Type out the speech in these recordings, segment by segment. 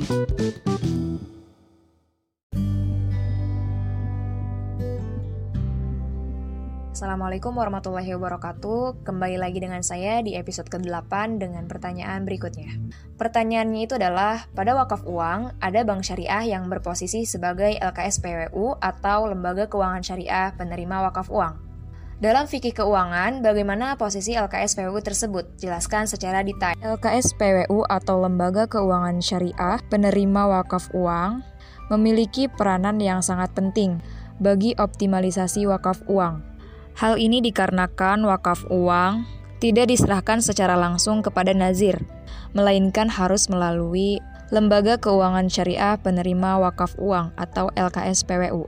Assalamualaikum warahmatullahi wabarakatuh. Kembali lagi dengan saya di episode ke-8 dengan pertanyaan berikutnya. Pertanyaannya itu adalah, pada wakaf uang, ada bank syariah yang berposisi sebagai LKSPWU atau Lembaga Keuangan Syariah Penerima Wakaf Uang. Dalam fikih keuangan, bagaimana posisi LKSPWU tersebut? Jelaskan secara detail. LKSPWU atau Lembaga Keuangan Syariah Penerima Wakaf Uang memiliki peranan yang sangat penting bagi optimalisasi wakaf uang. Hal ini dikarenakan wakaf uang tidak diserahkan secara langsung kepada nazir, melainkan harus melalui Lembaga Keuangan Syariah Penerima Wakaf Uang atau LKSPWU.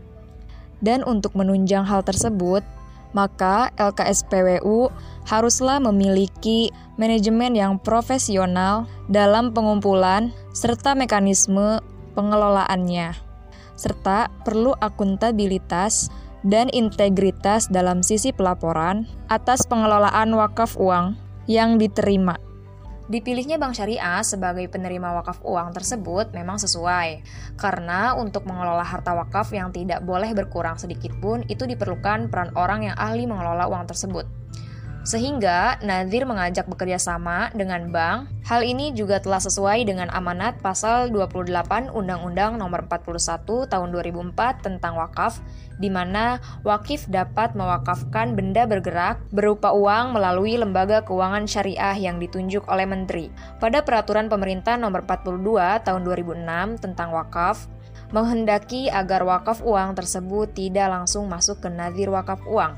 Dan untuk menunjang hal tersebut, maka LKSPWU haruslah memiliki manajemen yang profesional dalam pengumpulan serta mekanisme pengelolaannya, serta perlu akuntabilitas dan integritas dalam sisi pelaporan atas pengelolaan wakaf uang yang diterima. Dipilihnya bank syariah sebagai penerima wakaf uang tersebut memang sesuai, karena untuk mengelola harta wakaf yang tidak boleh berkurang sedikit pun itu diperlukan peran orang yang ahli mengelola uang tersebut. Sehingga Nadhir mengajak bekerja sama dengan bank. Hal ini juga telah sesuai dengan amanat pasal 28 Undang-Undang Nomor 41 Tahun 2004 tentang wakaf, di mana wakif dapat mewakafkan benda bergerak berupa uang melalui lembaga keuangan syariah yang ditunjuk oleh menteri. Pada peraturan pemerintah Nomor 42 Tahun 2006 tentang wakaf, menghendaki agar wakaf uang tersebut tidak langsung masuk ke Nadhir wakaf uang,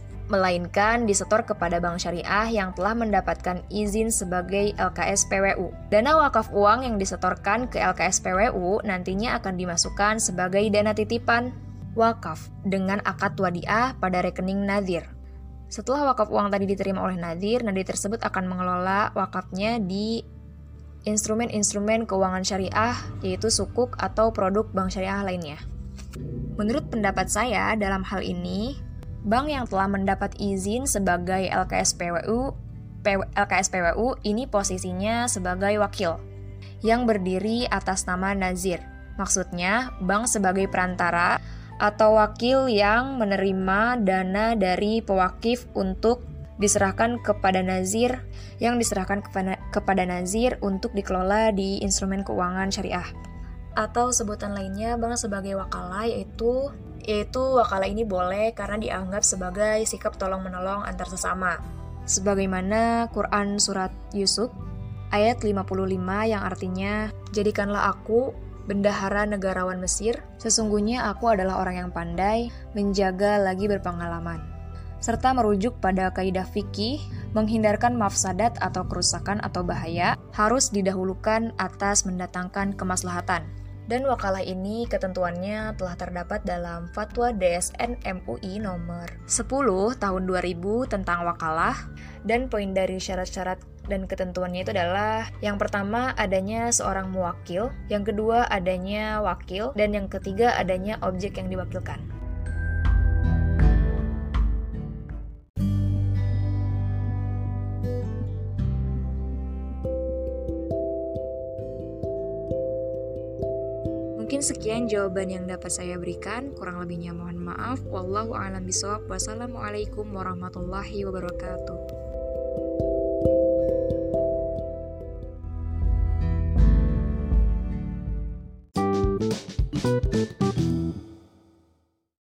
melainkan disetor kepada bank syariah yang telah mendapatkan izin sebagai LKSPWU. Dana wakaf uang yang disetorkan ke LKSPWU nantinya akan dimasukkan sebagai dana titipan wakaf dengan akad wadiah pada rekening nadhir. Setelah wakaf uang tadi diterima oleh nadhir tersebut akan mengelola wakafnya di instrumen-instrumen keuangan syariah, yaitu sukuk atau produk bank syariah lainnya. Menurut pendapat saya dalam hal ini, bank yang telah mendapat izin sebagai LKSPWU ini posisinya sebagai wakil yang berdiri atas nama nazir. Maksudnya, bank sebagai perantara atau wakil yang menerima dana dari pewakif untuk diserahkan kepada nazir, yang diserahkan kepada nazir untuk dikelola di instrumen keuangan syariah. Atau sebutan lainnya, bank sebagai wakala yaitu wakala ini boleh karena dianggap sebagai sikap tolong-menolong antar sesama. Sebagaimana Quran Surat Yusuf ayat 55 yang artinya, "Jadikanlah aku bendahara negarawan Mesir, sesungguhnya aku adalah orang yang pandai, menjaga lagi berpengalaman." Serta merujuk pada kaidah fikih, menghindarkan mafsadat atau kerusakan atau bahaya harus didahulukan atas mendatangkan kemaslahatan. Dan wakalah ini ketentuannya telah terdapat dalam Fatwa DSN MUI nomor 10 tahun 2000 tentang wakalah. Dan poin dari syarat-syarat dan ketentuannya itu adalah, yang pertama adanya seorang muwakil, yang kedua adanya wakil, dan yang ketiga adanya objek yang diwakilkan. Mungkin sekian jawaban yang dapat saya berikan, kurang lebihnya mohon maaf. Wallahu a'lam bishawab. Wassalamualaikum warahmatullahi wabarakatuh.